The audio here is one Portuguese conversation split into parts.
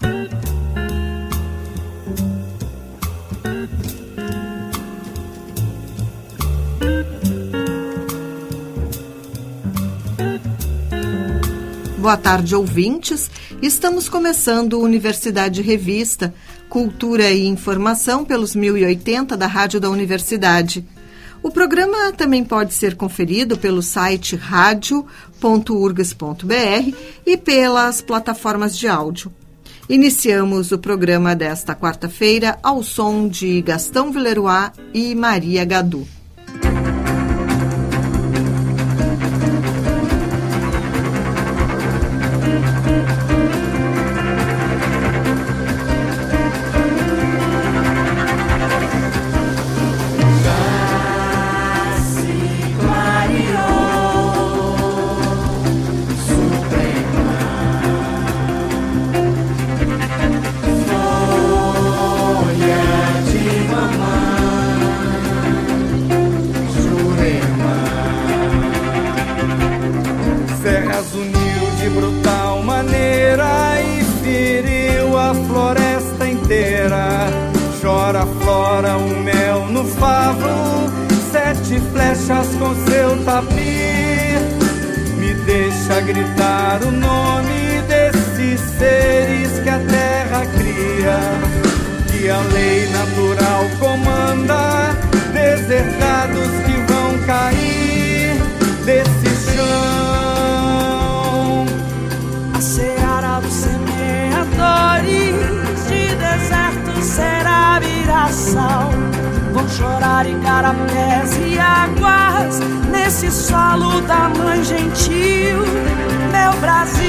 Boa tarde, ouvintes. Estamos começando Universidade Revista, Cultura e Informação pelos 1080 da Rádio da Universidade. O programa também pode ser conferido pelo site radio.urgs.br e pelas plataformas de áudio. Iniciamos o programa desta quarta-feira ao som de Gastão Villeroy e Maria Gadu. Flechas com seu tapir, me deixa gritar o nome desses seres que a terra cria, que a lei natural comanda, deserdados que vão cair desse chão. A seara dos semeadores de deserto será viração. Vão chorar igarapés e águas nesse solo da mãe gentil, meu Brasil.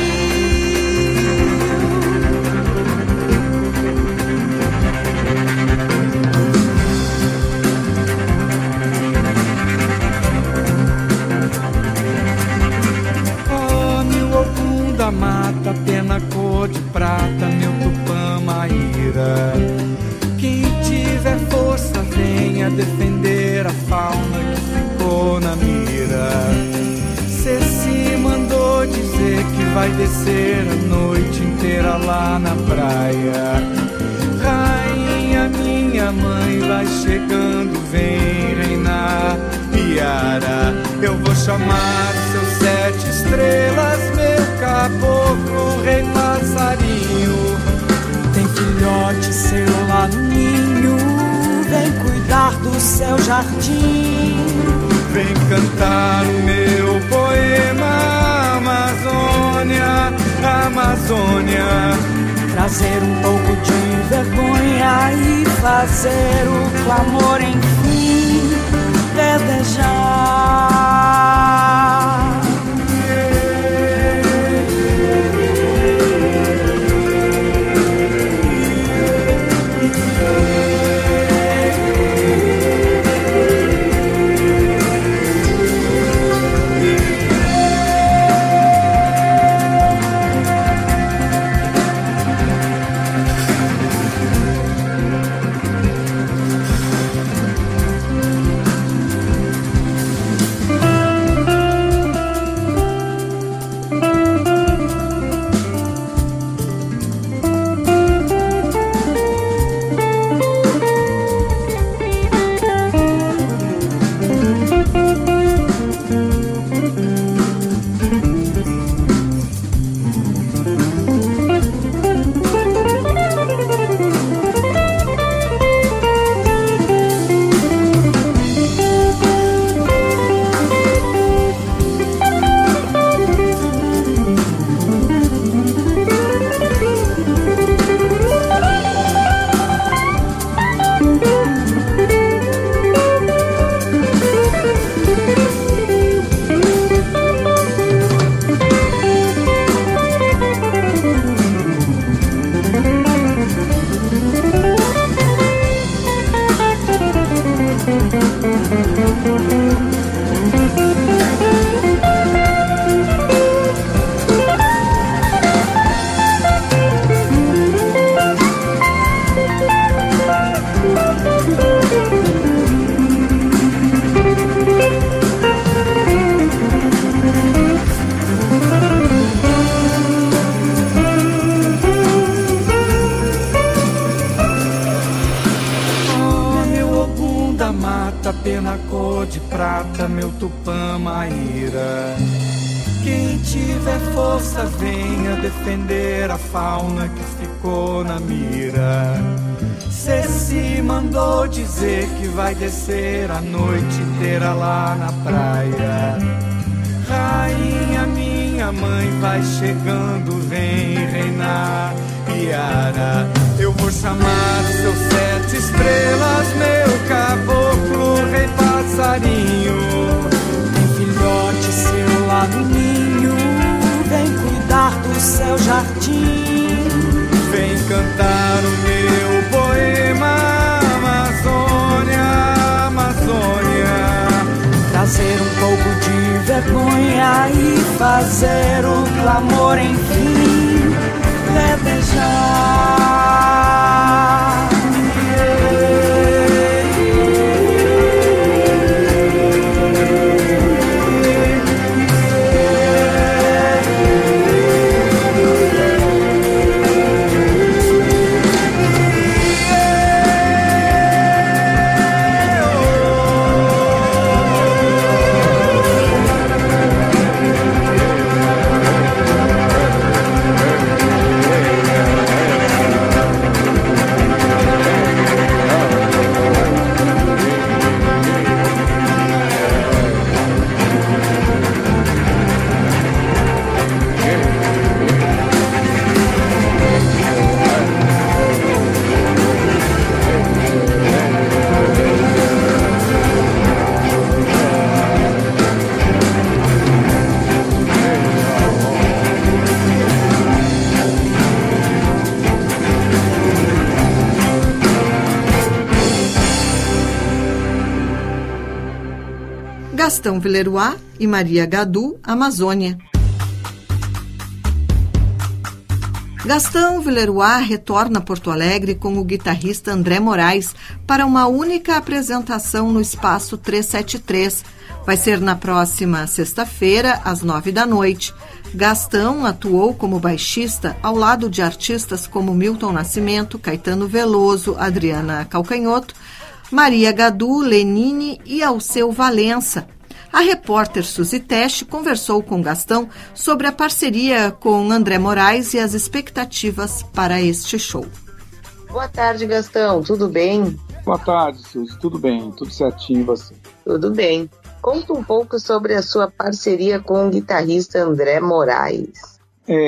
Oh, meu Ogum da mata, pena cor de prata, meu Tupã Maíra. Quem tiver força, venha defender a fauna que ficou na mira. Ceci mandou dizer que vai descer a noite inteira lá na praia. Rainha, minha mãe, vai chegando, vem reinar, Piara. Eu vou chamar seus 7 estrelas, meu caboclo, rei passarinho. Tem filhote seu lá no ninho, vem cuidar do seu jardim. Vem cantar o meu poema, Amazônia, Amazônia. Trazer um pouco de vergonha e fazer o clamor enfim verdejar. cor de prata, meu Tupã Maíra. Quem tiver força venha defender a fauna que ficou na mira. Ceci mandou dizer que vai descer a noite inteira lá na praia. Rainha, minha mãe, vai chegando, vem reinar, Iara. Eu vou chamar os seus 7 estrelas, meu caboclo, rei passarinho. Tem filhote seu lá no ninho, vem cuidar do seu jardim. Vem cantar o meu poema, Amazônia, Amazônia. Trazer um pouco de vergonha e fazer o clamor enfim verdejar. Gastão Villeroy e Maria Gadu, Amazônia. Gastão Villeroy retorna a Porto Alegre com o guitarrista André Moraes para uma única apresentação no Espaço 373. Vai ser na próxima sexta-feira, às 21h. Gastão atuou como baixista ao lado de artistas como Milton Nascimento, Caetano Veloso, Adriana Calcanhoto, Maria Gadu, Lenine e Alceu Valença. A repórter Suzy Teste conversou com Gastão sobre a parceria com André Moraes e as expectativas para este show. Boa tarde, Gastão. Tudo bem? Boa tarde, Suzy. Tudo bem? Tudo certinho, você? Tudo bem. Conta um pouco sobre a sua parceria com o guitarrista André Moraes.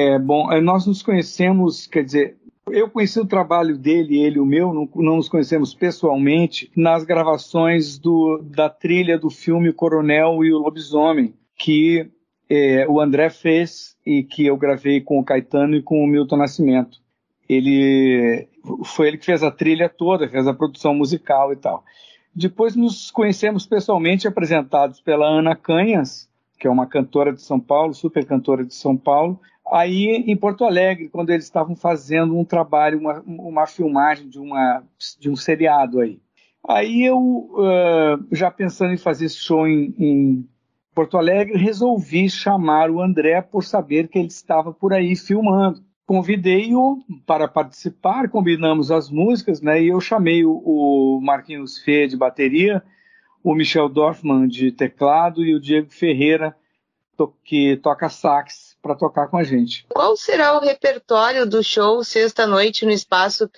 Nós nos conhecemos, quer dizer, eu conheci o trabalho dele, ele o meu, não nos conhecemos pessoalmente, nas gravações da trilha do filme Coronel e o Lobisomem, que o André fez e que eu gravei com o Caetano e com o Milton Nascimento. Foi ele que fez a trilha toda, fez a produção musical e tal. Depois nos conhecemos pessoalmente, apresentados pela Ana Canhas, que é uma cantora de São Paulo, super cantora de São Paulo, aí em Porto Alegre, quando eles estavam fazendo um trabalho, uma filmagem de um seriado aí. Aí eu, já pensando em fazer esse show em Porto Alegre, resolvi chamar o André por saber que ele estava por aí filmando. Convidei-o para participar, combinamos as músicas, né? E eu chamei o Marquinhos Fê de bateria, o Michel Dorfman de teclado e o Diego Ferreira, que toca sax, para tocar com a gente. Qual será o repertório do show sexta-noite no Espaço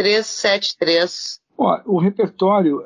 373? O repertório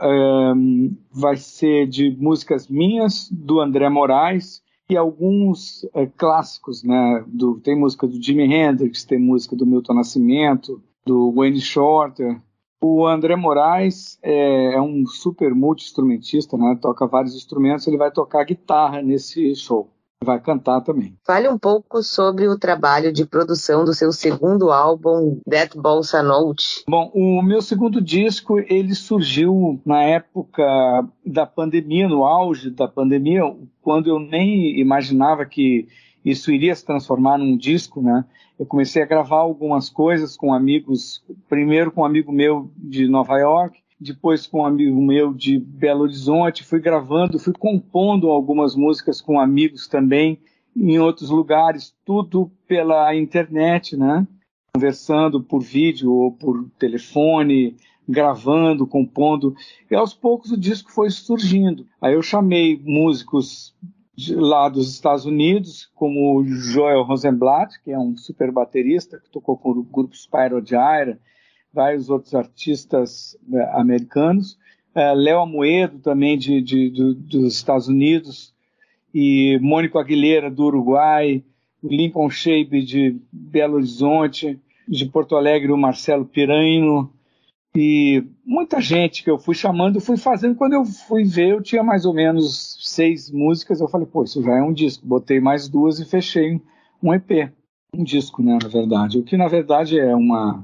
vai ser de músicas minhas, do André Moraes, e alguns clássicos, né? Tem música do Jimi Hendrix, tem música do Milton Nascimento, do Wayne Shorter. O André Moraes é um super multi-instrumentista, né? Toca vários instrumentos, ele vai tocar guitarra nesse show. Vai cantar também. Fale um pouco sobre o trabalho de produção do seu segundo álbum, That Bossa Note. Bom, o meu segundo disco, ele surgiu na época da pandemia, no auge da pandemia, quando eu nem imaginava que isso iria se transformar num disco, né? Eu comecei a gravar algumas coisas com amigos, primeiro com um amigo meu de Nova York, depois com um amigo meu de Belo Horizonte, fui gravando, fui compondo algumas músicas com amigos também, em outros lugares, tudo pela internet, né? conversando por vídeo ou por telefone, gravando, compondo, e aos poucos o disco foi surgindo. Aí eu chamei músicos lá dos Estados Unidos, como o Joel Rosenblatt, que é um super baterista, que tocou com o grupo Spyro Gyra, vários outros artistas americanos, Léo Amoedo, também dos Estados Unidos, e Mônico Aguilera, do Uruguai, Lincoln Shape, de Belo Horizonte, de Porto Alegre, o Marcelo Piraino, e muita gente que eu fui chamando, fui fazendo. Quando eu fui ver, eu tinha mais ou menos 6 músicas, eu falei, pô, isso já é um disco. Botei mais 2 e fechei um EP, um disco, né, na verdade. O que, na verdade, é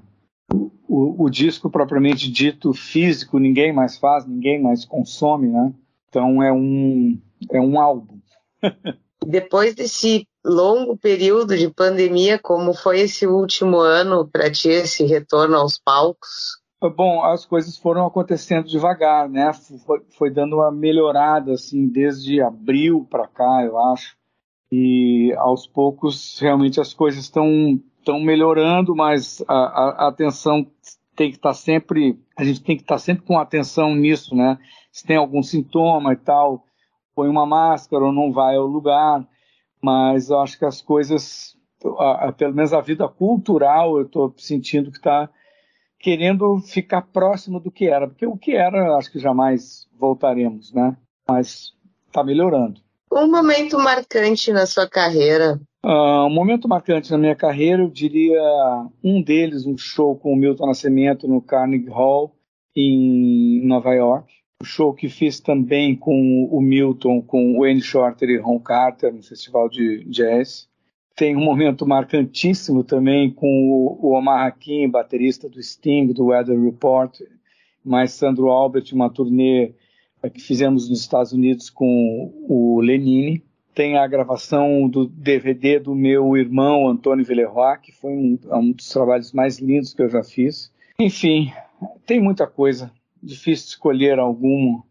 o disco propriamente dito físico, ninguém mais faz, ninguém mais consome, né? Então é um álbum. Depois desse longo período de pandemia, como foi esse último ano para ti, esse retorno aos palcos? Bom, as coisas foram acontecendo devagar, né? Foi dando uma melhorada, assim, desde abril para cá, eu acho. E aos poucos, realmente, as coisas estão melhorando, mas a atenção tem que estar sempre... A gente tem que estar sempre com atenção nisso, né? Se tem algum sintoma e tal, põe uma máscara ou não vai ao lugar. Mas eu acho que as coisas, pelo menos a vida cultural, eu estou sentindo que está querendo ficar próximo do que era, porque o que era, acho que jamais voltaremos, né? Mas está melhorando. Um momento marcante na sua carreira? Um momento marcante na minha carreira, eu diria um deles, um show com o Milton Nascimento no Carnegie Hall, em Nova York. O show que fiz também com o Milton, com o Wayne Shorter e Ron Carter, no Festival de Jazz. Tem um momento marcantíssimo também com o Omar Hakim, baterista do Sting, do Weather Report, mais Sandro Albert, uma turnê que fizemos nos Estados Unidos com o Lenine. Tem a gravação do DVD do meu irmão, Antônio Villeroy, que foi um dos trabalhos mais lindos que eu já fiz. Enfim, tem muita coisa. Difícil escolher alguma.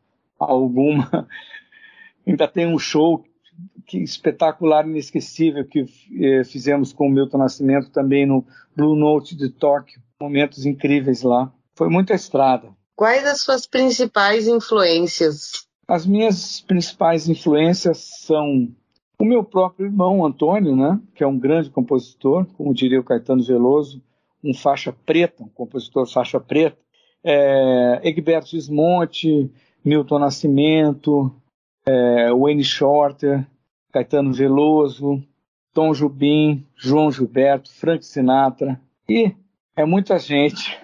Ainda tem um show espetacular, inesquecível, que fizemos com o Milton Nascimento também no Blue Note de Tóquio. Momentos incríveis lá. Foi muita estrada. Quais as suas principais influências? As minhas principais influências são o meu próprio irmão, Antônio, né, que é um grande compositor, como diria o Caetano Veloso, um faixa preta, um compositor faixa preta. Egberto Gismonti, Milton Nascimento, Wayne Shorter, Caetano Veloso, Tom Jobim, João Gilberto, Frank Sinatra, e é muita gente.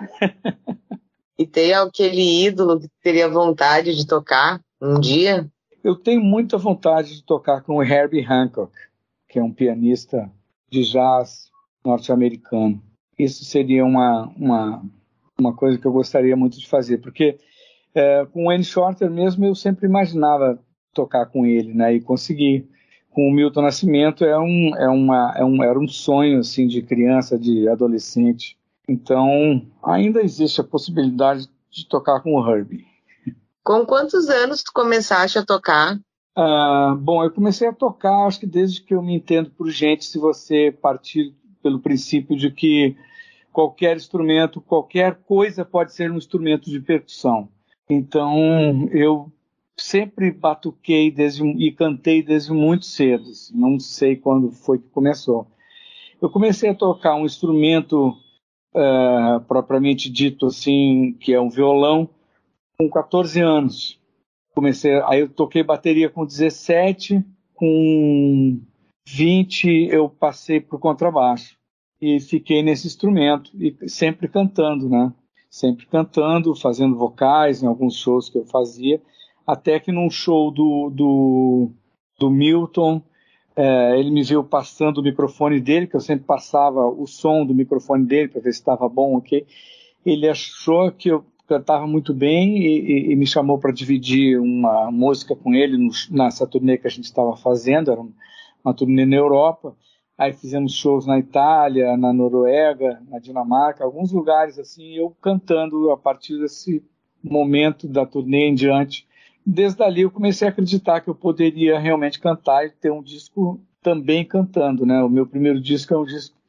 E tem aquele ídolo que teria vontade de tocar um dia? Eu tenho muita vontade de tocar com o Herbie Hancock, que é um pianista de jazz norte-americano. Isso seria uma coisa que eu gostaria muito de fazer, porque com o Wayne Shorter mesmo eu sempre imaginava tocar com ele, né, e conseguir. Com o Milton Nascimento era um sonho assim, de criança, de adolescente. Então, ainda existe a possibilidade de tocar com o Herbie. Com quantos anos tu começaste a tocar? Bom, eu comecei a tocar, acho que desde que eu me entendo por gente, se você partir pelo princípio de que qualquer instrumento, qualquer coisa pode ser um instrumento de percussão. Então, eu sempre batuquei e cantei desde muito cedo. Não sei quando foi que começou. Eu comecei a tocar um instrumento propriamente dito assim, que é um violão, com 14 anos. Aí eu toquei bateria com 17, com 20 eu passei para o contrabaixo. E fiquei nesse instrumento, e sempre cantando, né? Sempre cantando, fazendo vocais em alguns shows que eu fazia, até que num show do Milton, ele me viu passando o microfone dele, que eu sempre passava o som do microfone dele para ver se estava bom, ok? Ele achou que eu cantava muito bem e me chamou para dividir uma música com ele nessa turnê que a gente estava fazendo, era uma turnê na Europa. Aí fizemos shows na Itália, na Noruega, na Dinamarca, alguns lugares assim, eu cantando a partir desse momento da turnê em diante. Desde ali eu comecei a acreditar que eu poderia realmente cantar e ter um disco também cantando, né? O meu primeiro disco é um disco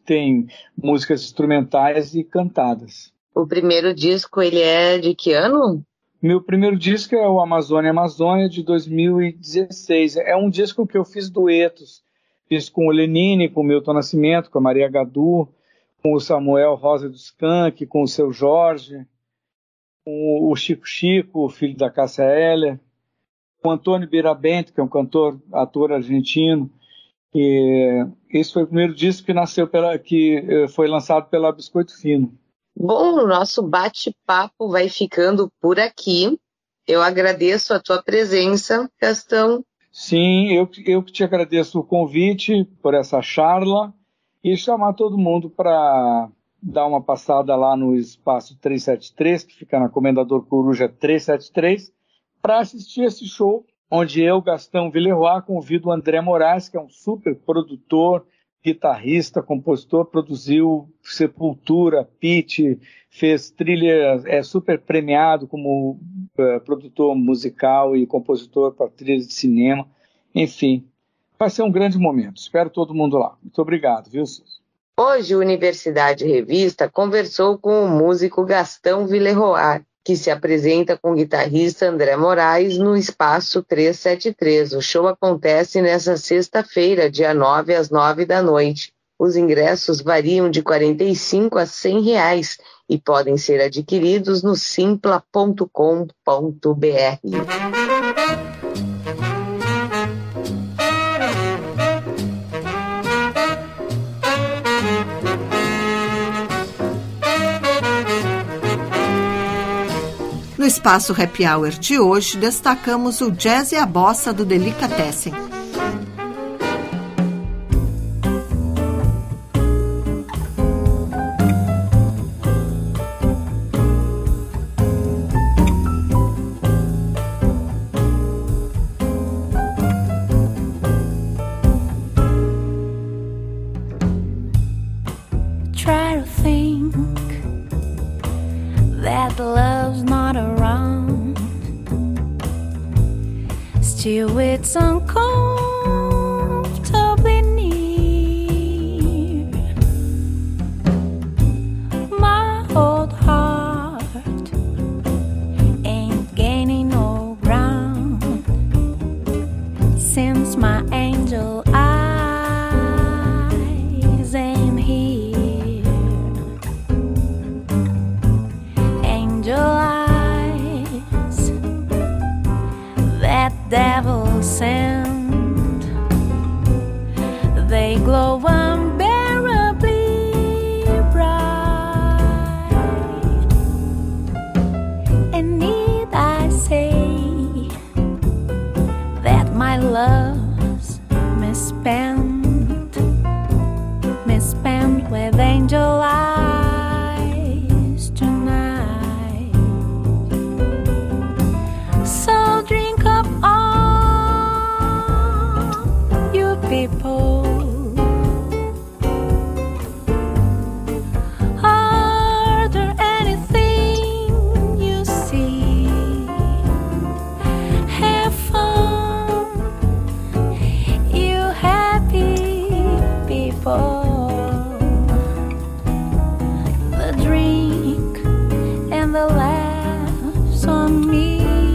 tem músicas instrumentais e cantadas. O primeiro disco, ele é de que ano? Meu primeiro disco é o Amazônia, de 2016. É um disco que eu fiz duetos. Fiz com o Lenine, com o Milton Nascimento, com a Maria Gadu, com o Samuel Rosa do Skank, com o Seu Jorge, com o Chico Chico, o filho da Cássia Eller, com o Antônio Birabento, que é um cantor, ator argentino. E esse foi o primeiro disco que foi lançado pela Biscoito Fino. Bom, o nosso bate-papo vai ficando por aqui. Eu agradeço a tua presença, Gastão. Sim, eu que te agradeço o convite por essa charla e chamar todo mundo para dar uma passada lá no Espaço 373, que fica na Comendador Coruja 373, para assistir esse show, onde eu, Gastão Villeroy, convido o André Moraes, que é um super produtor, guitarrista, compositor, produziu Sepultura, Pitty, fez trilha, é super premiado como produtor musical e compositor para trilhas de cinema. Enfim, vai ser um grande momento. Espero todo mundo lá. Muito obrigado, viu, Suzy? Hoje, a Universidade Revista conversou com o músico Gastão Villeroy, que se apresenta com o guitarrista André Moraes no Espaço 373. O show acontece nesta sexta-feira, dia 9 às 9 da noite. Os ingressos variam de R$ 45 a R$ 100 e podem ser adquiridos no simpla.com.br. No Espaço Happy Hour de hoje, destacamos o jazz e a bossa do Delicatessen. Try to think that love's not around. Still it's uncomfortably near. My old heart ain't gaining no ground since my angel eyes ain't here. Angel eyes, that devil sent, they glow unbearably bright. And need I say that my love's misspent with angel eyes tonight. So drink up all you people. Are there anything you see? Have fun, you happy people. The drink and the laughs on me.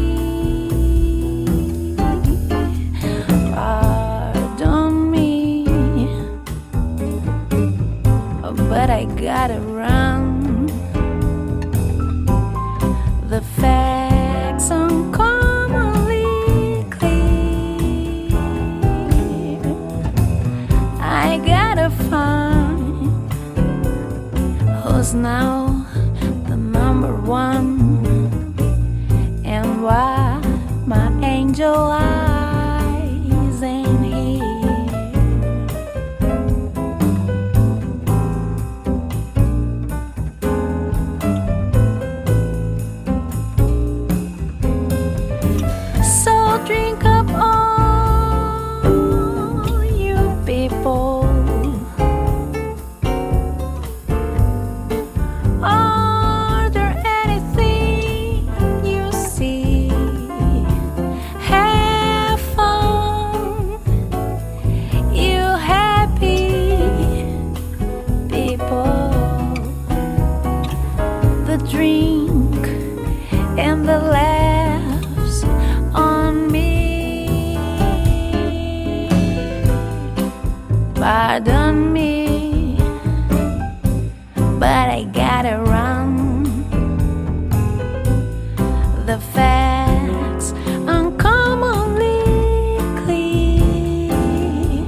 Pardon me, but I gotta run. The facts uncommonly clear. I gotta find who's now the number one, and why my angel eyes ain't here. So drink up all you people. Are there anything you see? Have the drink and the laughs on me. Pardon me, but I gotta run. The facts uncommonly clear.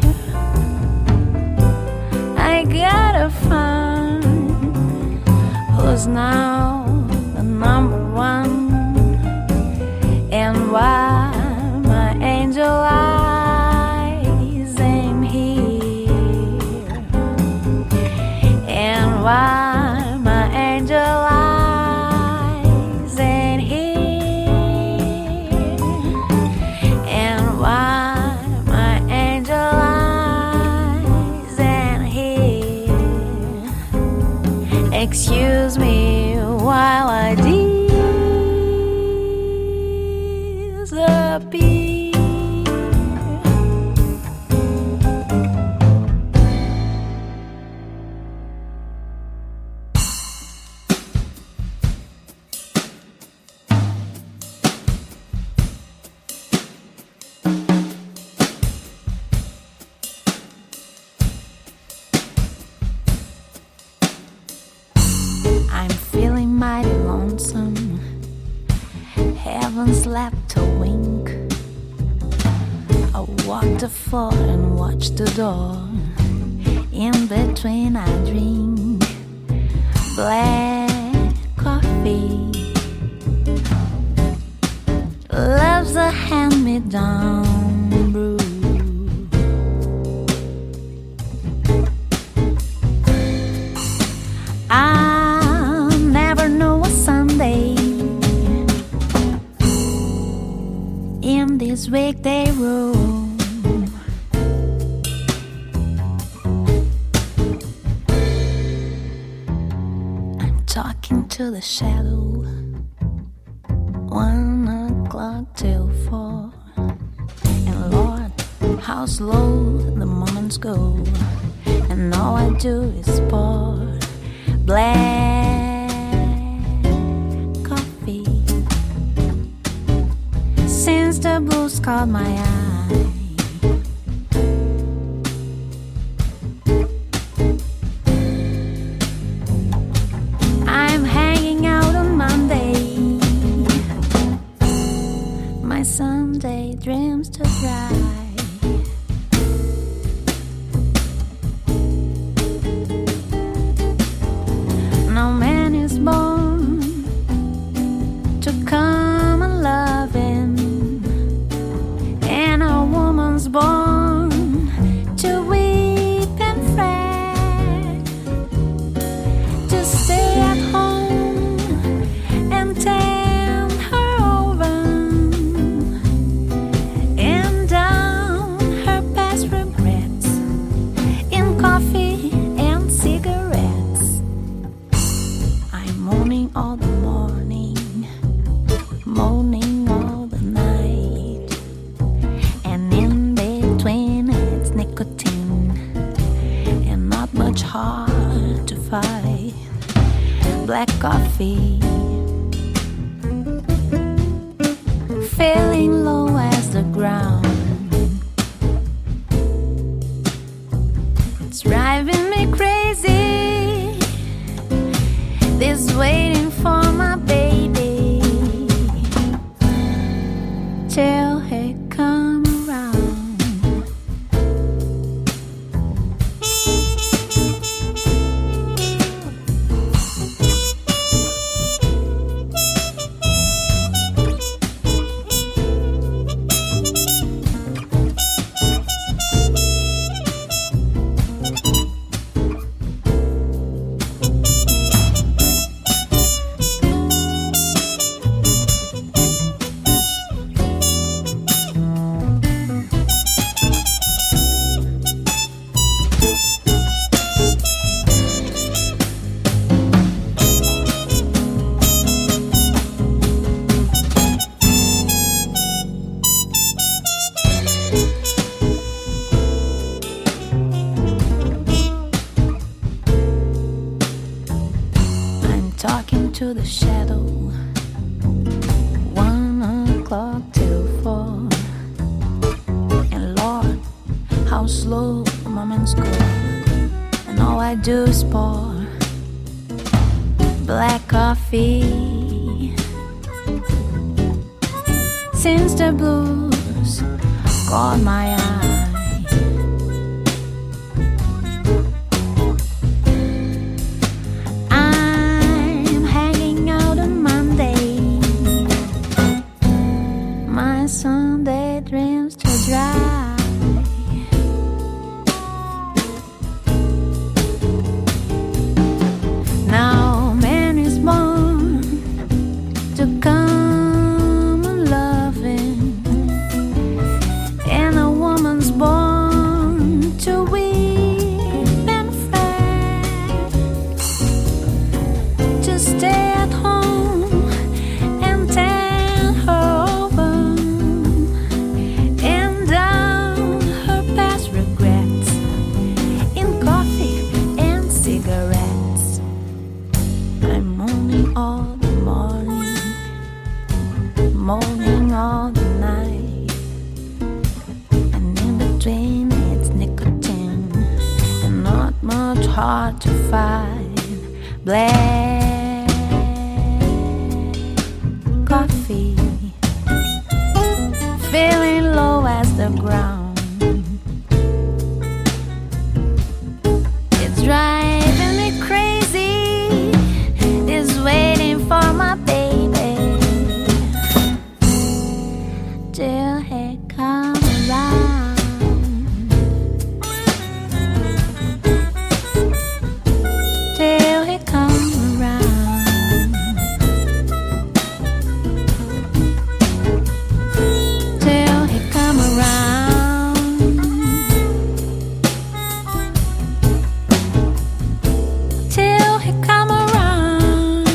I gotta find who's now the number one, and why my angel eyes ain't here, and why my angel eyes ain't here, and why my angel eyes ain't here. Excuse me while I disappear. I'm feeling mighty lonesome. Haven't slept a wink. I walk the floor and watch the door. In between I drink black coffee. Love's a hand-me-down brew. I'll never know a Sunday in this weekday room. I'm talking to the shadow. 1 o'clock till 4. And Lord, how slow the moments go. And all I do is pour black coffee. Since the blues caught my eye, I'm hanging out on Monday, my Sunday dreams to dry. No man is born to come and love him, and a woman's born to weep and fret, to stay at home and tend her oven and down her past regrets in coffee and cigarettes. I'm moaning all the morning, moaning all the night, and in between it's nicotine and not much hard to fight. Black coffee, feeling low as the ground. It's driving me crazy, this waiting for my baby till he come around. into the shadow. 1 o'clock till 4. And Lord, how slow the moments go. And all I do is pour black coffee. Since the blues caught my eye, I'm hanging out on Monday, my Sunday dreams to dry. Now man is born to come and loving, and a woman's born to weep and fret, to stay at home and tend her oven and down her past regrets in coffee and cigarettes. I'm moaning all the morning, moaning all the night, and in between it's nicotine and not much hard to find. Black coffee, feeling low as the ground. It's driving me crazy, is waiting for my baby till he come around. Till he come around. Till he come around. Till he come around.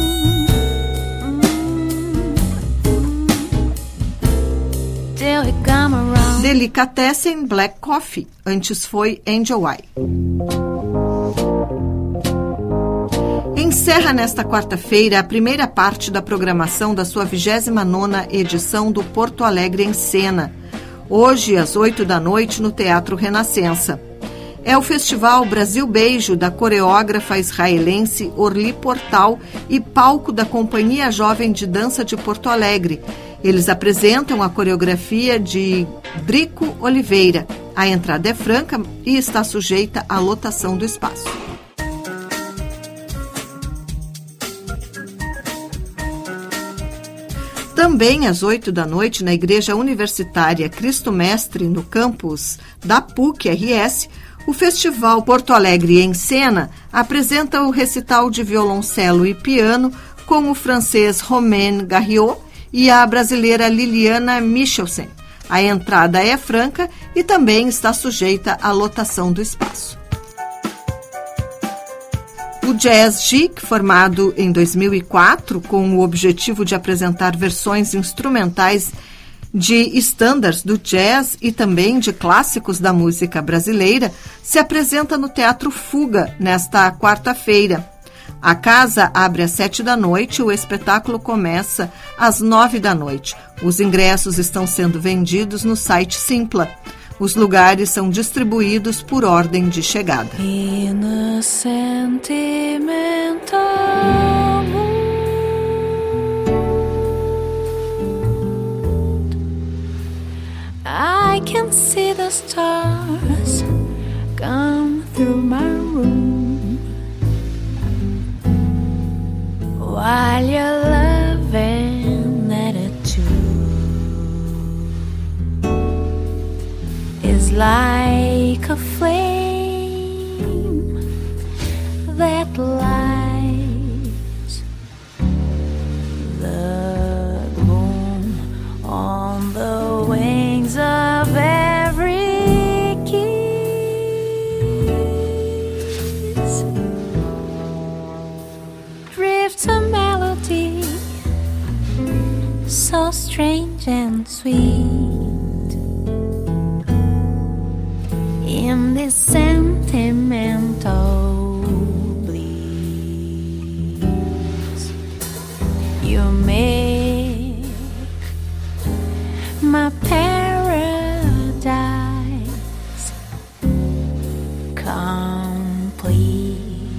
Till he come around. Delicatessen Black Coffee, antes foi Angel Eye. Encerra nesta quarta-feira a primeira parte da programação da sua 29ª edição do Porto Alegre em Cena, hoje às 8 da noite no Teatro Renascença. É o Festival Brasil Beijo da coreógrafa israelense Orli Portal e palco da Companhia Jovem de Dança de Porto Alegre. Eles apresentam a coreografia de Drico Oliveira. A entrada é franca e está sujeita à lotação do espaço. Também às 8 da noite, na Igreja Universitária Cristo Mestre, no campus da PUC-RS, o Festival Porto Alegre em Cena apresenta o recital de violoncelo e piano com o francês Romain Garriot e a brasileira Liliana Michelsen. A entrada é franca e também está sujeita à lotação do espaço. O Jazz Chic, formado em 2004 com o objetivo de apresentar versões instrumentais de estándares do jazz e também de clássicos da música brasileira, se apresenta no Teatro Fuga nesta quarta-feira. A casa abre às 7 da noite e o espetáculo começa às 9 da noite. Os ingressos estão sendo vendidos no site Simpla. Os lugares são distribuídos por ordem de chegada. In a sentimental mood, I can see the stars come through my room, while your loving attitude is like a flame that lights the gloom on the wings of every kiss. Drifts a melody so strange and sweet in this sentimental bliss. make my paradise complete.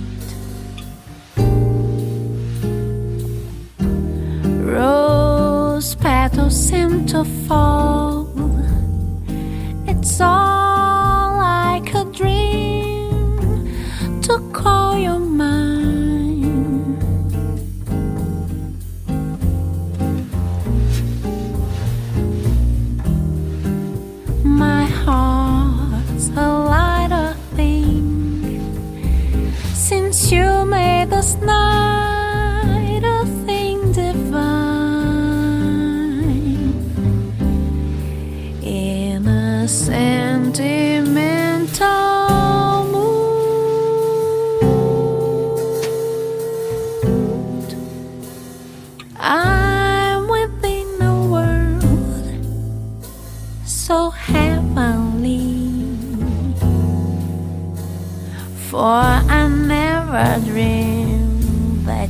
Rose petals seem to fall. It's all like a dream to call you mine. My heart's a lighter thing since you made this night a thing divine. In a sentimental mood, I'm within a world so heavenly, for I never dreamed that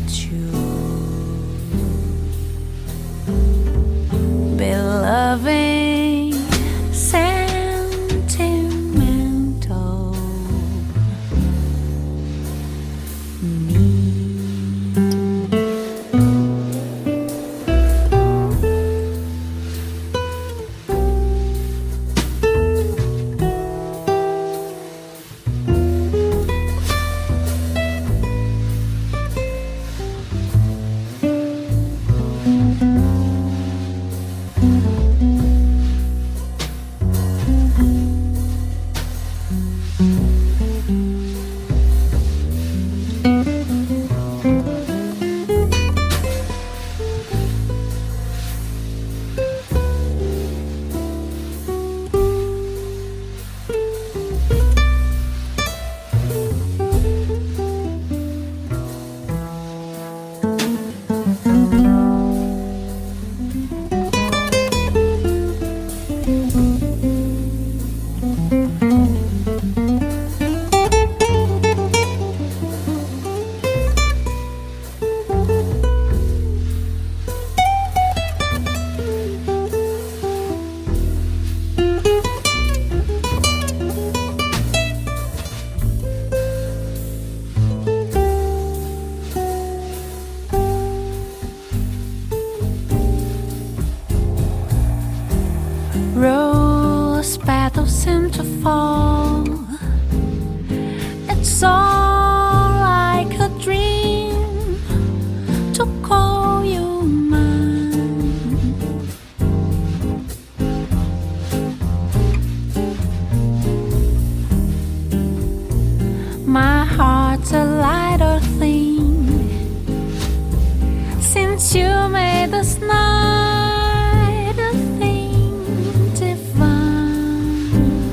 you'd be loving sentimental me. Rose petals seem to fall. It's all like a dream to call you mine. My heart's a lighter thing since you made this night a thing divine.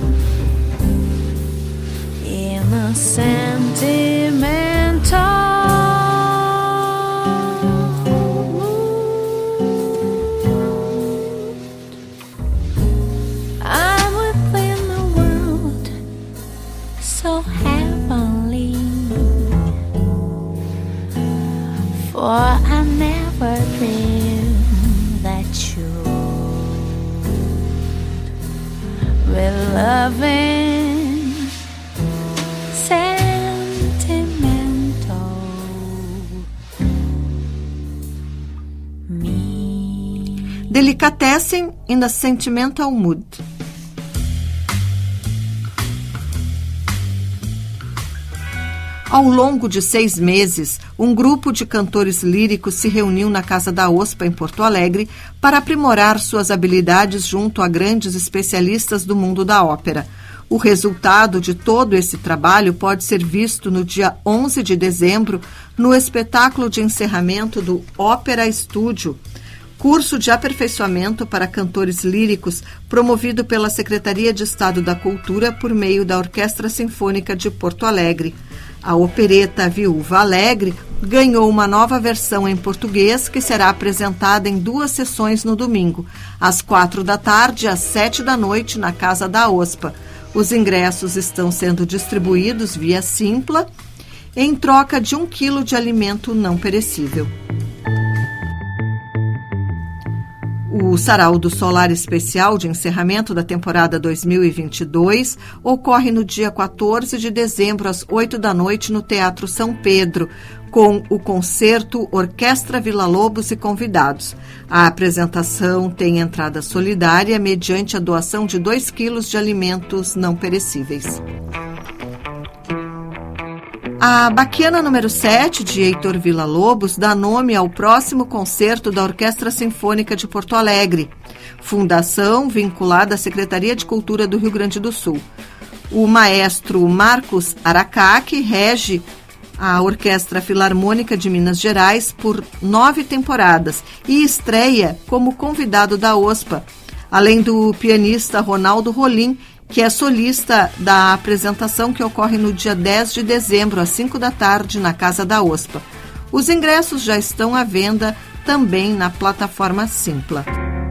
In a sentimental mood, I'm within a world so heavenly, for I never dreamed that you'd be loving sentimental me. Delicatessen in a Sentimental Mood. Ao longo de 6 meses, um grupo de cantores líricos se reuniu na Casa da OSPA, em Porto Alegre, para aprimorar suas habilidades junto a grandes especialistas do mundo da ópera. O resultado de todo esse trabalho pode ser visto no dia 11 de dezembro, no espetáculo de encerramento do Ópera Estúdio, curso de aperfeiçoamento para cantores líricos promovido pela Secretaria de Estado da Cultura por meio da Orquestra Sinfônica de Porto Alegre. A opereta Viúva Alegre ganhou uma nova versão em português que será apresentada em 2 sessões no domingo, às 4 da tarde e às 7 da noite na Casa da OSPA. Os ingressos estão sendo distribuídos via Simpla em troca de 1 quilo de alimento não perecível. O Sarau do Solar Especial de encerramento da temporada 2022 ocorre no dia 14 de dezembro, às 8 da noite, no Teatro São Pedro, com o concerto Orquestra Villa-Lobos e convidados. A apresentação tem entrada solidária mediante a doação de 2 quilos de alimentos não perecíveis. A Baquiana número 7, de Heitor Villa-Lobos, dá nome ao próximo concerto da Orquestra Sinfônica de Porto Alegre, fundação vinculada à Secretaria de Cultura do Rio Grande do Sul. O maestro Marcos Aracaki rege a Orquestra Filarmônica de Minas Gerais por 9 temporadas e estreia como convidado da OSPA, além do pianista Ronaldo Rolim, que é solista da apresentação que ocorre no dia 10 de dezembro, às 5 da tarde, na Casa da OSPA. Os ingressos já estão à venda também na plataforma Simpla.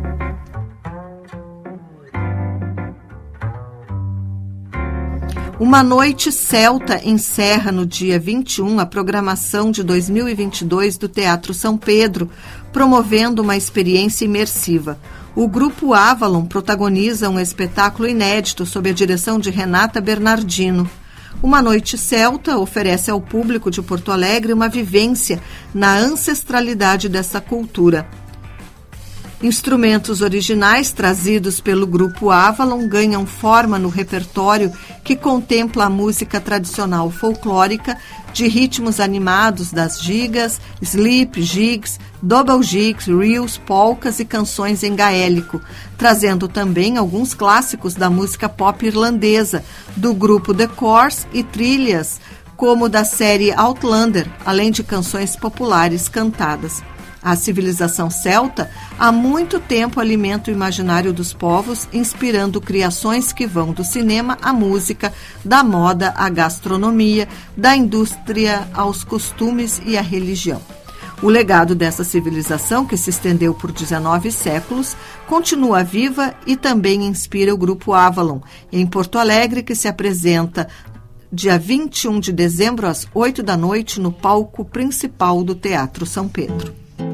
Uma Noite Celta encerra no dia 21 a programação de 2022 do Teatro São Pedro, promovendo uma experiência imersiva. O Grupo Avalon protagoniza um espetáculo inédito sob a direção de Renata Bernardino. Uma Noite Celta oferece ao público de Porto Alegre uma vivência na ancestralidade dessa cultura. Instrumentos originais trazidos pelo Grupo Avalon ganham forma no repertório que contempla a música tradicional folclórica de ritmos animados das gigas, slip, jigs, double jigs, reels, polcas e canções em gaélico, trazendo também alguns clássicos da música pop irlandesa, do grupo The Corrs e trilhas como da série Outlander, além de canções populares cantadas. A civilização celta há muito tempo alimenta o imaginário dos povos, inspirando criações que vão do cinema à música, da moda à gastronomia, da indústria aos costumes e à religião. O legado dessa civilização, que se estendeu por 19 séculos, continua viva e também inspira o Grupo Avalon, em Porto Alegre, que se apresenta dia 21 de dezembro, às 8 da noite, no palco principal do Teatro São Pedro.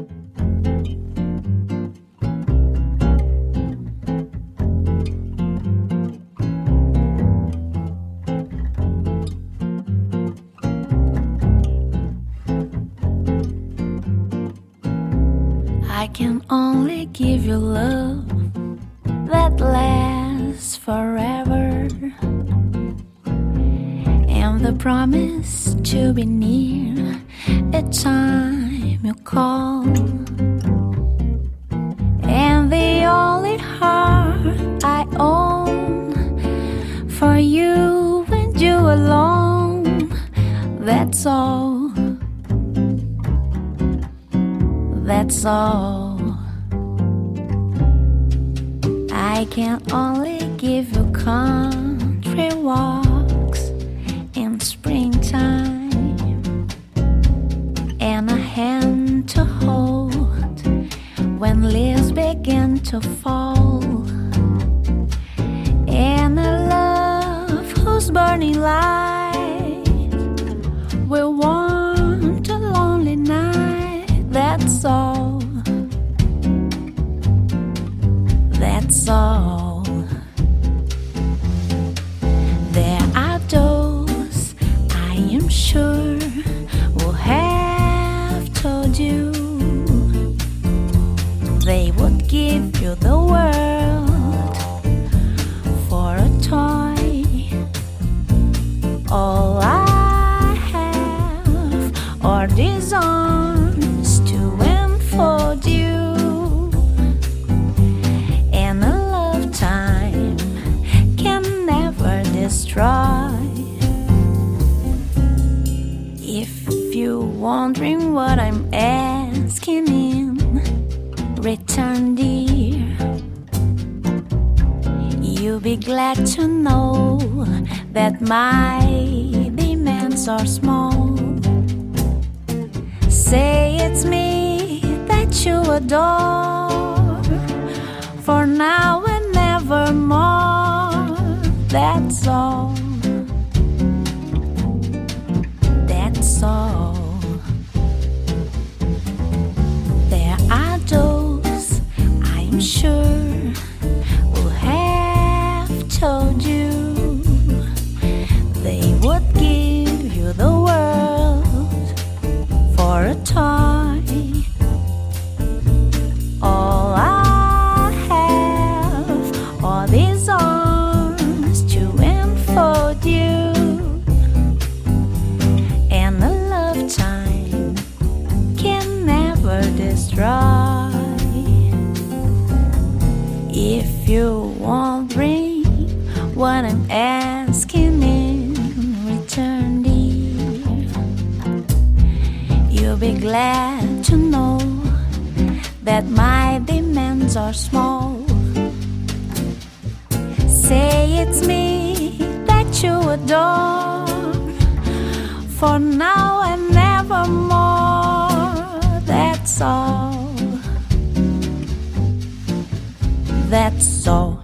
I can only give you love that lasts forever, and the promise to be near each time you call, and the only heart I own for you and you alone. That's all. That's all. I can only give you country walks in springtime, and a hand to hold when leaves begin to fall, and a love whose burning light will want a lonely night. That's all. That's all. There are those, I am sure, who have told you they would give you the world for a toy. All I have are these arms to enfold you, and a lifetime can never destroy. If you're wondering what I'm asking in return, dear, you'll be glad to know that my demands are small. Say it's me that you adore, for now and nevermore. That's all. That's all. There are those, I'm destroy. If you won't bring what I'm asking in return, dear, you'll be glad to know that my demands are small. Say it's me that you adore, for now and nevermore. That's all. That's all.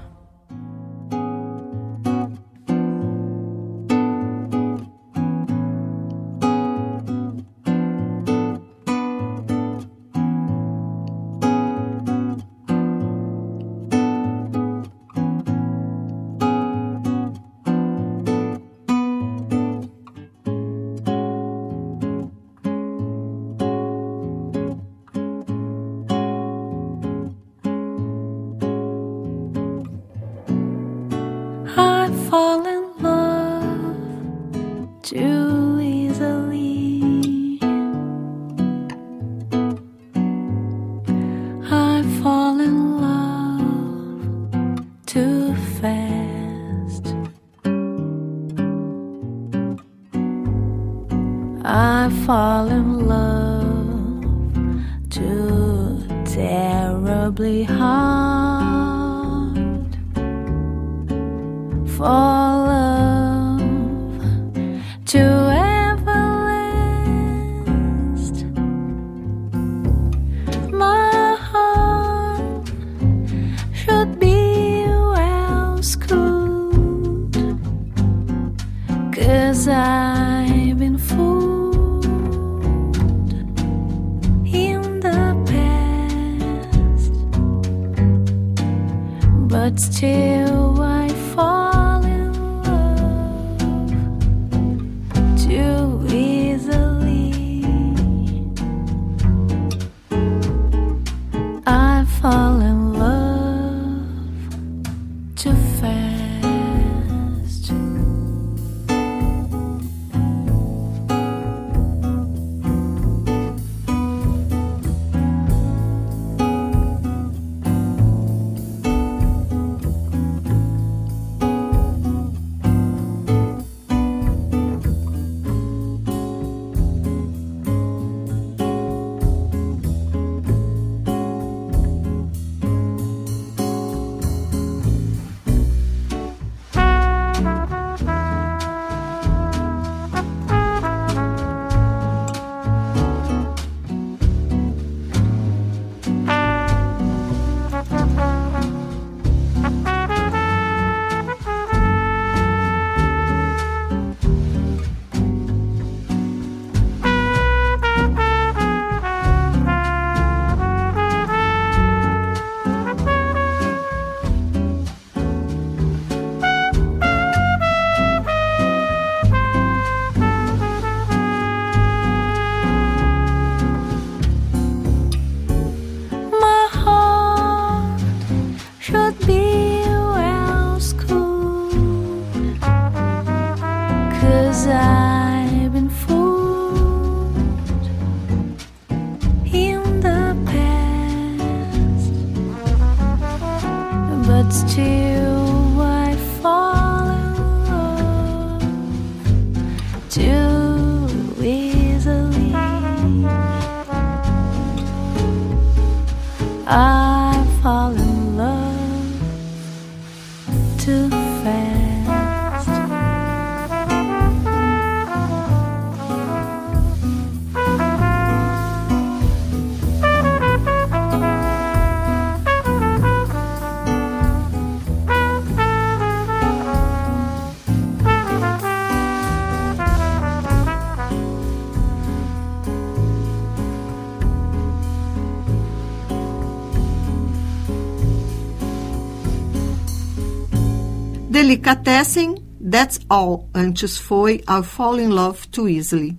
Fall in love too easily. I fall in love too fast. I fall in love too terribly hard. For love to ever last, my heart should be well schooled, 'cause I've been fooled in the past, but still I fall too easily. I fall in love too fast. I fall in love too fast. Delicatessen, That's All. Antes foi I Fall in Love Too Easily.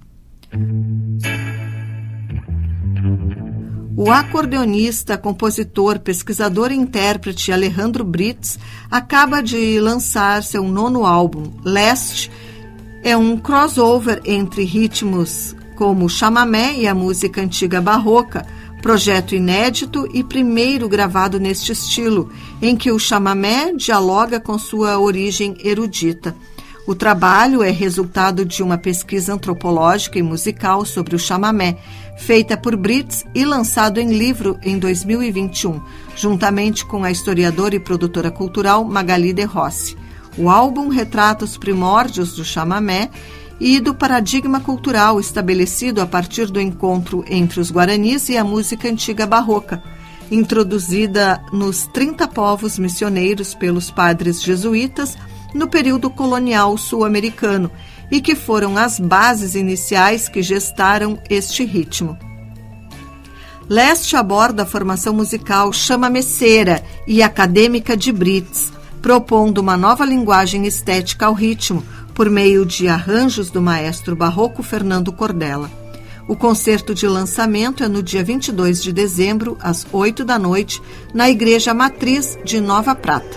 O acordeonista, compositor, pesquisador e intérprete Alejandro Brits acaba de lançar seu 9º álbum. Leste é um crossover entre ritmos como o chamamé e a música antiga barroca, projeto inédito e primeiro gravado neste estilo, em que o chamamé dialoga com sua origem erudita. O trabalho é resultado de uma pesquisa antropológica e musical sobre o chamamé, feita por Brits e lançado em livro em 2021, juntamente com a historiadora e produtora cultural Magali de Rossi. O álbum retrata os primórdios do chamamé e do paradigma cultural estabelecido a partir do encontro entre os guaranis e a música antiga barroca, introduzida nos 30 povos missioneiros pelos padres jesuítas no período colonial sul-americano e que foram as bases iniciais que gestaram este ritmo. Leste aborda a formação musical chamameceira e acadêmica de Brits, propondo uma nova linguagem estética ao ritmo, por meio de arranjos do maestro barroco Fernando Cordella. O concerto de lançamento é no dia 22 de dezembro, às 8 da noite, na Igreja Matriz de Nova Prata.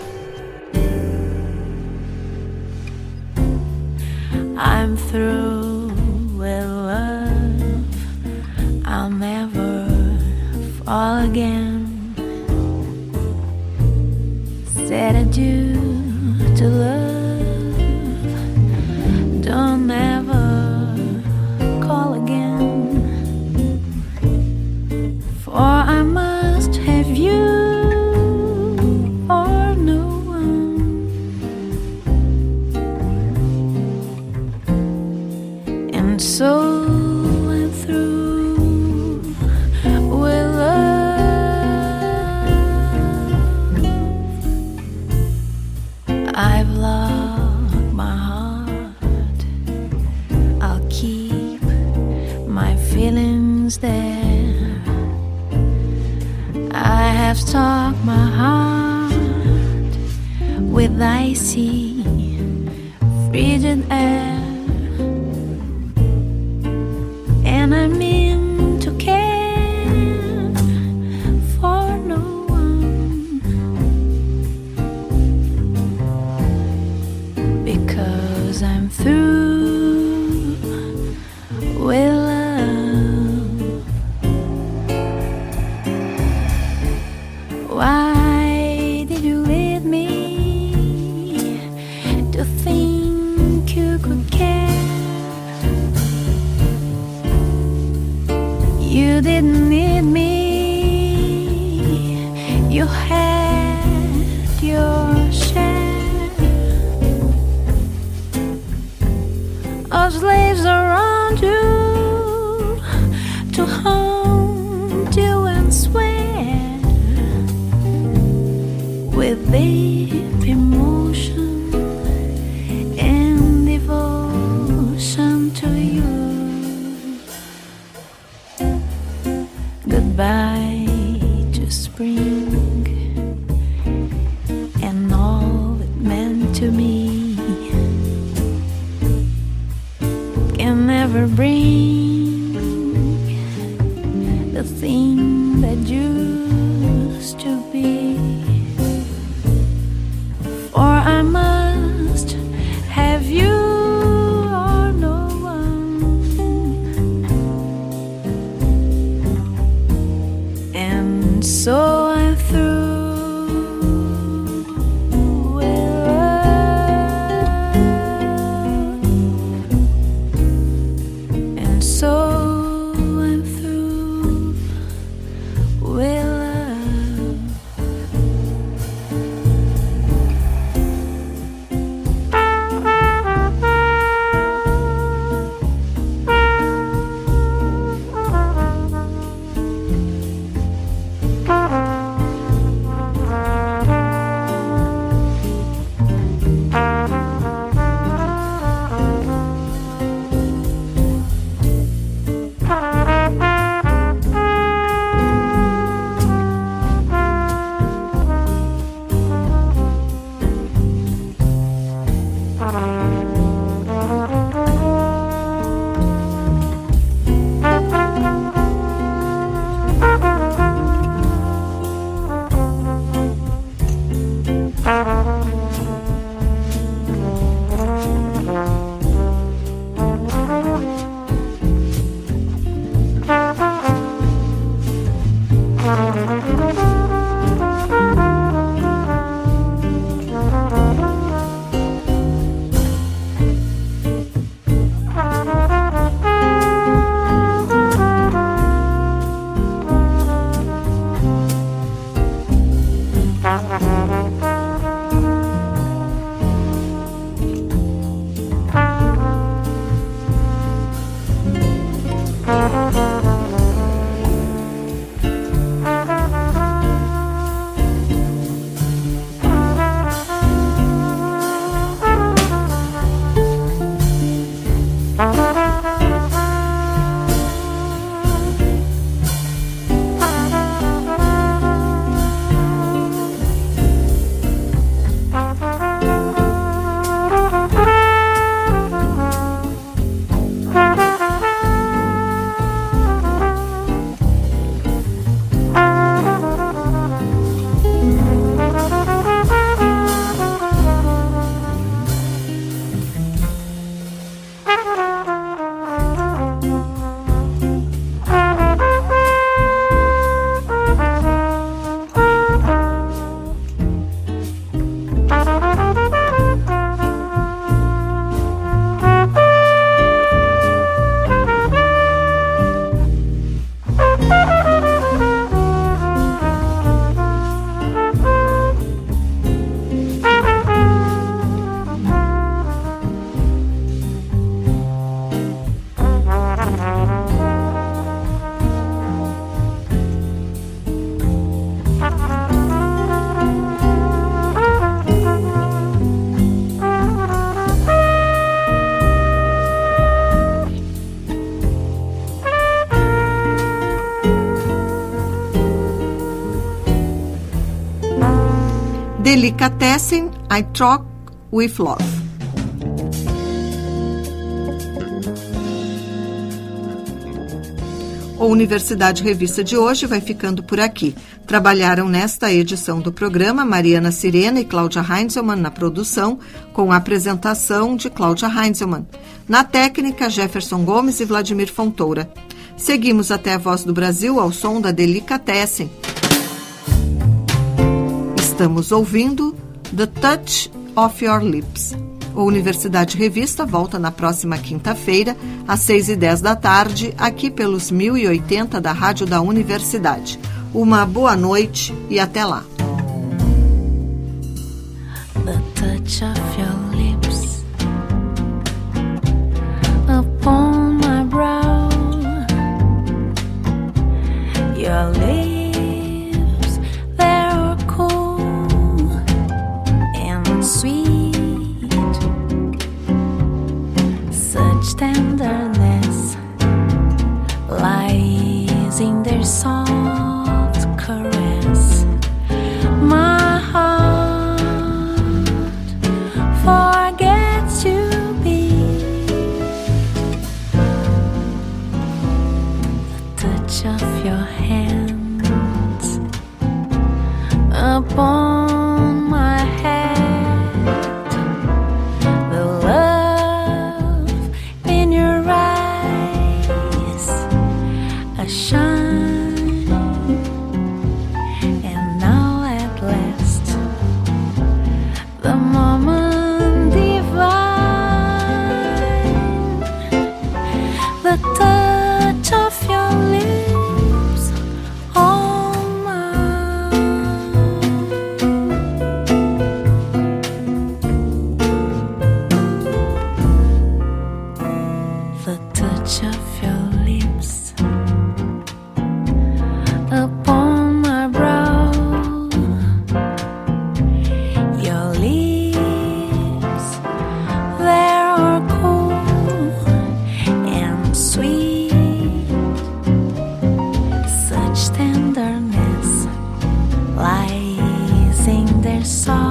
I'm through with love, I'll never fall again. Said adieu to love, don't ever call again. For I must have you or no one. And so I'm through with love. I've locked my heart, I'll keep my feelings there. I have stocked my heart with icy, frigid air, and I mean to care for no one, because I'm through with love. Why did you lead me to think you could care? You didn't need me, you had your share of slaves around you to haunt you and swear with deep emotion and devotion to you. Goodbye to spring and all it meant to me. Can never bring the thing that used to be. For I must have you or no one. And so I'm through with love. And so I'm through with Delicatessen, I Talk with Love. O Universidade Revista de hoje vai ficando por aqui. Trabalharam nesta edição do programa Mariana Sirena e Cláudia Heinzelmann na produção, com a apresentação de Cláudia Heinzelmann. Na técnica, Jefferson Gomes e Vladimir Fontoura. Seguimos até a Voz do Brasil ao som da Delicatessen. Estamos ouvindo The Touch of Your Lips. O Universidade Revista volta na próxima quinta-feira, às 6h10 da tarde, aqui pelos 1080 da Rádio da Universidade. Uma boa noite e até lá. The touch of your lips upon my brow, your lips, they're cool and sweet, such tenderness lies in their soft caress. My heart forgets to beat. The touch of your hands upon my head, the love in your eyes, a shine, and now at last the moment divine, the touch of your lips on mine. The touch of your lips upon my brow, your lips, they are cool and sweet, such tenderness lies in their soft